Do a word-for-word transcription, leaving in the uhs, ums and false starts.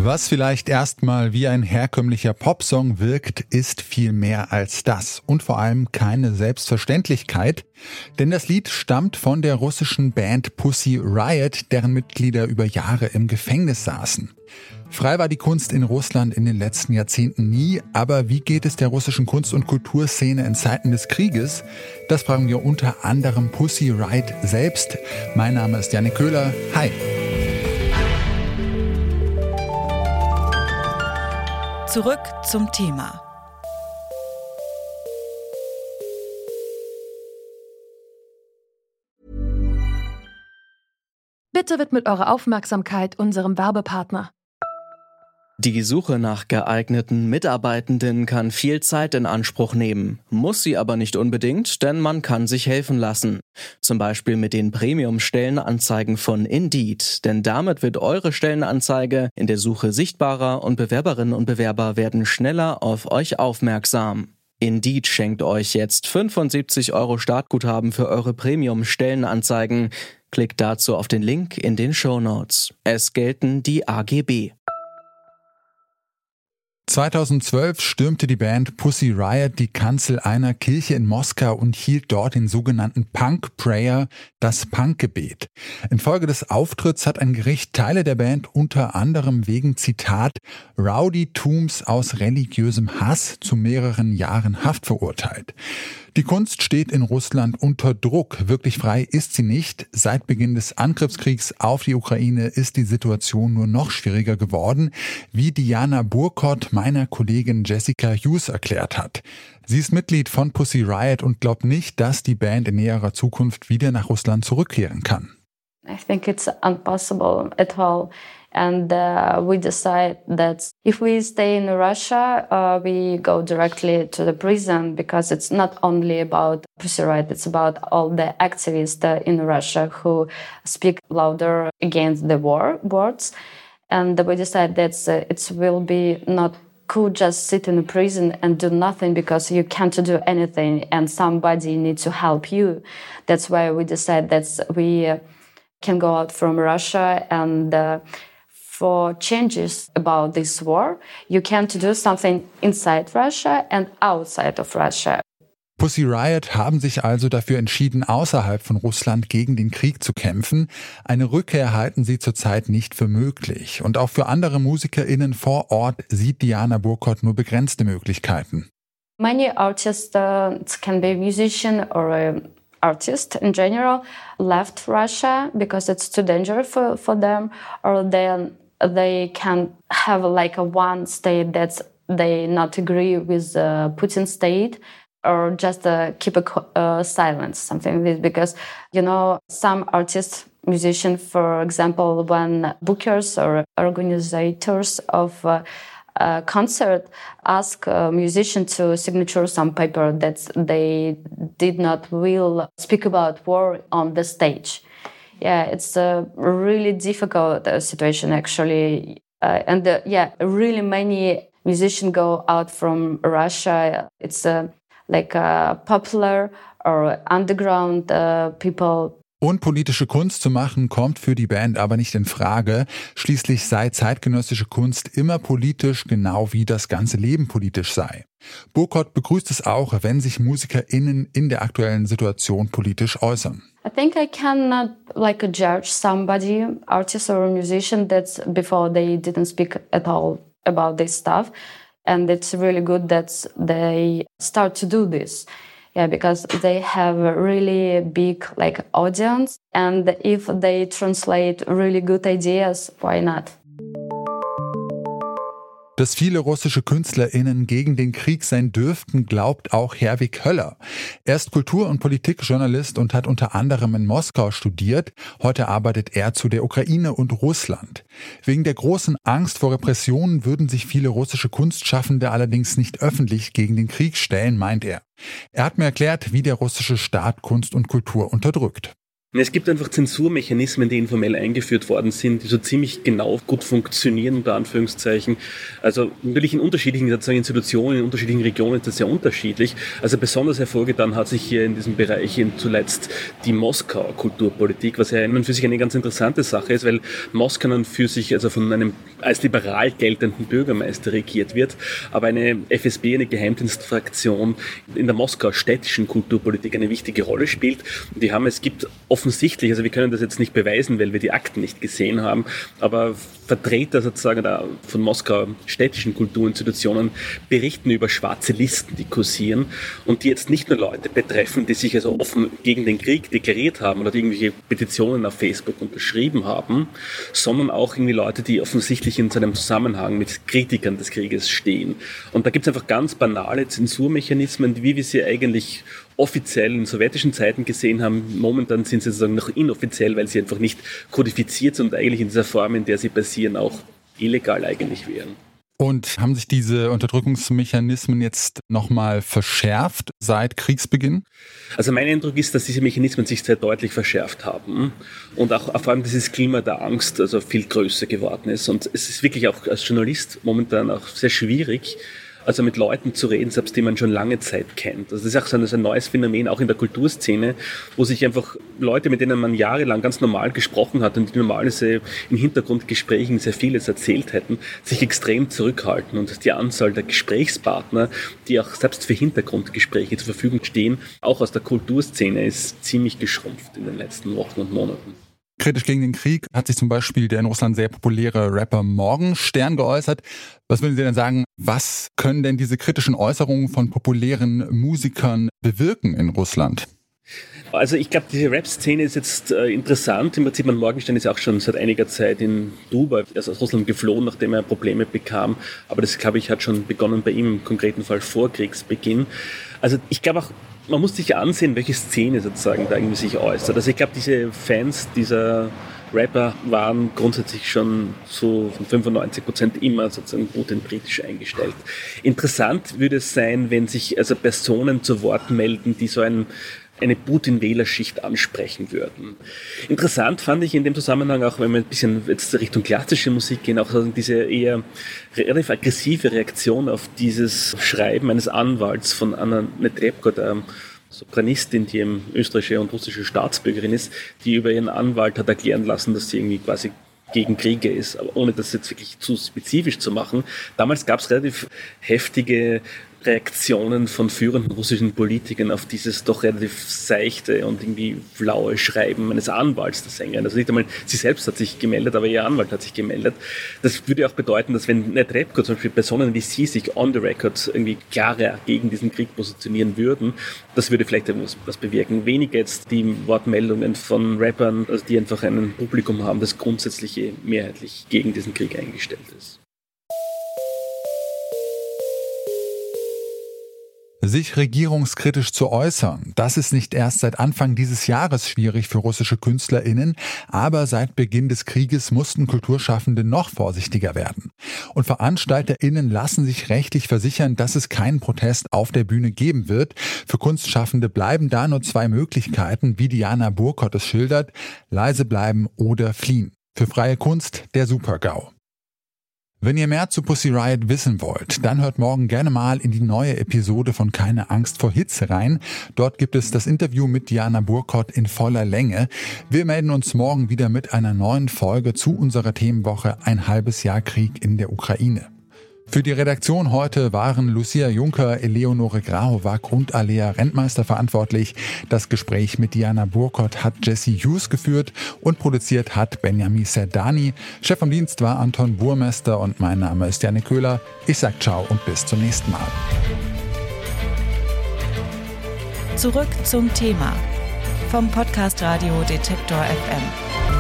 Was vielleicht erstmal wie ein herkömmlicher Popsong wirkt, ist viel mehr als das und vor allem keine Selbstverständlichkeit, denn das Lied stammt von der russischen Band Pussy Riot, deren Mitglieder über Jahre im Gefängnis saßen. Frei war die Kunst in Russland in den letzten Jahrzehnten nie, aber wie geht es der russischen Kunst- und Kulturszene in Zeiten des Krieges? Das fragen wir unter anderem Pussy Riot selbst. Mein Name ist Jannik Köhler. Hi! Zurück zum Thema. Bitte widmet eure Aufmerksamkeit unserem Werbepartner. Die Suche nach geeigneten Mitarbeitenden kann viel Zeit in Anspruch nehmen, muss sie aber nicht unbedingt, denn man kann sich helfen lassen. Zum Beispiel mit den Premium-Stellenanzeigen von Indeed, denn damit wird eure Stellenanzeige in der Suche sichtbarer und Bewerberinnen und Bewerber werden schneller auf euch aufmerksam. Indeed schenkt euch jetzt fünfundsiebzig Euro Startguthaben für eure Premium-Stellenanzeigen. Klickt dazu auf den Link in den Shownotes. Es gelten die A G B. zweitausendzwölf stürmte die Band Pussy Riot die Kanzel einer Kirche in Moskau und hielt dort den sogenannten Punk Prayer, das Punkgebet. Infolge des Auftritts hat ein Gericht Teile der Band unter anderem wegen, Zitat, Rowdytums aus religiösem Hass zu mehreren Jahren Haft verurteilt. Die Kunst steht in Russland unter Druck. Wirklich frei ist sie nicht. Seit Beginn des Angriffskriegs auf die Ukraine ist die Situation nur noch schwieriger geworden, wie Diana Burkott meiner Kollegin Jessica Hughes erklärt hat. Sie ist Mitglied von Pussy Riot und glaubt nicht, dass die Band in näherer Zukunft wieder nach Russland zurückkehren kann. I think it's impossible at all. And uh, we decide that if we stay in Russia, uh, we go directly to the prison, because it's not only about Pussy Riot, it's about all the activists uh, in Russia who speak louder against the war words. And we decide that uh, it will be not cool just sit in a prison and do nothing, because you can't do anything and somebody needs to help you. That's why we decide that we uh, can go out from Russia and uh, for changes about this war, you can't do something inside Russia and outside of Russia. Pussy Riot haben sich also dafür entschieden, außerhalb von Russland gegen den Krieg zu kämpfen. Eine Rückkehr halten sie zurzeit nicht für möglich. Und auch für andere MusikerInnen vor Ort sieht Diana Burkott nur begrenzte Möglichkeiten. Many artists, uh, it can be a musician or a artist in general, left Russia because it's too dangerous for, for them, or then they can have like a one state that they not agree with the Putin state, or just uh, keep a uh, silence, something like this. Because, you know, some artists, musicians, for example, when bookers or organizers of uh, a concert ask a musician to signature some paper that they did not will speak about war on the stage. Yeah, it's a really difficult uh, situation, actually. Uh, and uh, yeah, really many musicians go out from Russia. It's uh, like uh, popular or underground uh, people. Unpolitische Kunst zu machen, kommt für die Band aber nicht in Frage. Schließlich sei zeitgenössische Kunst immer politisch, genau wie das ganze Leben politisch sei. Burkott begrüßt es auch, wenn sich MusikerInnen in der aktuellen Situation politisch äußern. I think I cannot like judge somebody, artist or musician, that's before they didn't speak at all about this stuff. And it's really good that they start to do this. Yeah, because they have a really big like audience, and if they translate really good ideas, why not? Dass viele russische KünstlerInnen gegen den Krieg sein dürften, glaubt auch Herwig Höller. Er ist Kultur- und Politikjournalist und hat unter anderem in Moskau studiert. Heute arbeitet er zu der Ukraine und Russland. Wegen der großen Angst vor Repressionen würden sich viele russische Kunstschaffende allerdings nicht öffentlich gegen den Krieg stellen, meint er. Er hat mir erklärt, wie der russische Staat Kunst und Kultur unterdrückt. Es gibt einfach Zensurmechanismen, die informell eingeführt worden sind, die so ziemlich genau gut funktionieren, unter Anführungszeichen. Also natürlich in unterschiedlichen sozusagen Institutionen, in unterschiedlichen Regionen ist das sehr unterschiedlich. Also besonders hervorgetan hat sich hier in diesem Bereich zuletzt die Moskauer Kulturpolitik, was ja an und für sich eine ganz interessante Sache ist, weil Moskau an und für sich also von einem als liberal geltenden Bürgermeister regiert wird, aber eine F S B, eine Geheimdienstfraktion, in der Moskauer städtischen Kulturpolitik eine wichtige Rolle spielt. Und die haben, es gibt offensichtlich, also wir können das jetzt nicht beweisen, weil wir die Akten nicht gesehen haben, aber Vertreter sozusagen der, von Moskauer städtischen Kulturinstitutionen berichten über schwarze Listen, die kursieren und die jetzt nicht nur Leute betreffen, die sich also offen gegen den Krieg deklariert haben oder die irgendwelche Petitionen auf Facebook unterschrieben haben, sondern auch irgendwie Leute, die offensichtlich in seinem Zusammenhang mit Kritikern des Krieges stehen. Und da gibt es einfach ganz banale Zensurmechanismen, wie wir sie eigentlich offiziell in sowjetischen Zeiten gesehen haben. Momentan sind sie sozusagen noch inoffiziell, weil sie einfach nicht kodifiziert sind und eigentlich in dieser Form, in der sie passieren, auch illegal eigentlich wären. Und haben sich diese Unterdrückungsmechanismen jetzt nochmal verschärft seit Kriegsbeginn? Also mein Eindruck ist, dass diese Mechanismen sich sehr deutlich verschärft haben und auch vor allem dieses Klima der Angst also viel größer geworden ist. Und es ist wirklich auch als Journalist momentan auch sehr schwierig, also mit Leuten zu reden, selbst die man schon lange Zeit kennt. Also das ist auch so ein, so ein neues Phänomen, auch in der Kulturszene, wo sich einfach Leute, mit denen man jahrelang ganz normal gesprochen hat und die normalerweise in Hintergrundgesprächen sehr vieles erzählt hätten, sich extrem zurückhalten. Und die Anzahl der Gesprächspartner, die auch selbst für Hintergrundgespräche zur Verfügung stehen, auch aus der Kulturszene, ist ziemlich geschrumpft in den letzten Wochen und Monaten. Kritisch gegen den Krieg hat sich zum Beispiel der in Russland sehr populäre Rapper Morgenstern geäußert. Was würden Sie denn sagen, was können denn diese kritischen Äußerungen von populären Musikern bewirken in Russland? Also ich glaube, diese Rap-Szene ist jetzt äh, interessant. Im Prinzip, man Morgenstern ist auch schon seit einiger Zeit in Dubai, er ist aus Russland geflohen, nachdem er Probleme bekam. Aber das, glaube ich, hat schon begonnen bei ihm im konkreten Fall vor Kriegsbeginn. Also ich glaube auch, man muss sich ansehen, welche Szene sozusagen da irgendwie sich äußert. Also ich glaube, diese Fans dieser Rapper waren grundsätzlich schon so von fünfundneunzig Prozent immer sozusagen putin-kritisch eingestellt. Interessant würde es sein, wenn sich also Personen zu Wort melden, die so ein eine Putin-Wählerschicht ansprechen würden. Interessant fand ich in dem Zusammenhang auch, wenn wir ein bisschen jetzt Richtung klassische Musik gehen, auch diese eher relativ aggressive Reaktion auf dieses Schreiben eines Anwalts von Anna Netrebko, der Sopranistin, die eben österreichische und russische Staatsbürgerin ist, die über ihren Anwalt hat erklären lassen, dass sie irgendwie quasi gegen Kriege ist, aber ohne das jetzt wirklich zu spezifisch zu machen. Damals gab es relativ heftige Reaktionen von führenden russischen Politikern auf dieses doch relativ seichte und irgendwie flaue Schreiben eines Anwalts der Sängerin. Also nicht einmal sie selbst hat sich gemeldet, aber ihr Anwalt hat sich gemeldet. Das würde auch bedeuten, dass wenn Netrebko zum Beispiel Personen wie sie sich on the record irgendwie klarer gegen diesen Krieg positionieren würden, das würde vielleicht etwas was bewirken. Weniger jetzt die Wortmeldungen von Rappern, also die einfach ein Publikum haben, das grundsätzlich mehrheitlich gegen diesen Krieg eingestellt ist. Sich regierungskritisch zu äußern, das ist nicht erst seit Anfang dieses Jahres schwierig für russische KünstlerInnen, aber seit Beginn des Krieges mussten Kulturschaffende noch vorsichtiger werden. Und VeranstalterInnen lassen sich rechtlich versichern, dass es keinen Protest auf der Bühne geben wird. Für Kunstschaffende bleiben da nur zwei Möglichkeiten, wie Diana Burkott es schildert: leise bleiben oder fliehen. Für freie Kunst der Super-GAU. Wenn ihr mehr zu Pussy Riot wissen wollt, dann hört morgen gerne mal in die neue Episode von Keine Angst vor Hitze rein. Dort gibt es das Interview mit Diana Burkott in voller Länge. Wir melden uns morgen wieder mit einer neuen Folge zu unserer Themenwoche Ein halbes Jahr Krieg in der Ukraine. Für die Redaktion heute waren Lucia Juncker, Eleonore Grahovac und Alea Rentmeister verantwortlich. Das Gespräch mit Diana Burkott hat Jesse Hughes geführt und produziert hat Benjamin Serdani. Chef vom Dienst war Anton Burmester und mein Name ist Janne Köhler. Ich sag ciao und bis zum nächsten Mal. Zurück zum Thema vom Podcast Radio Detektor F M.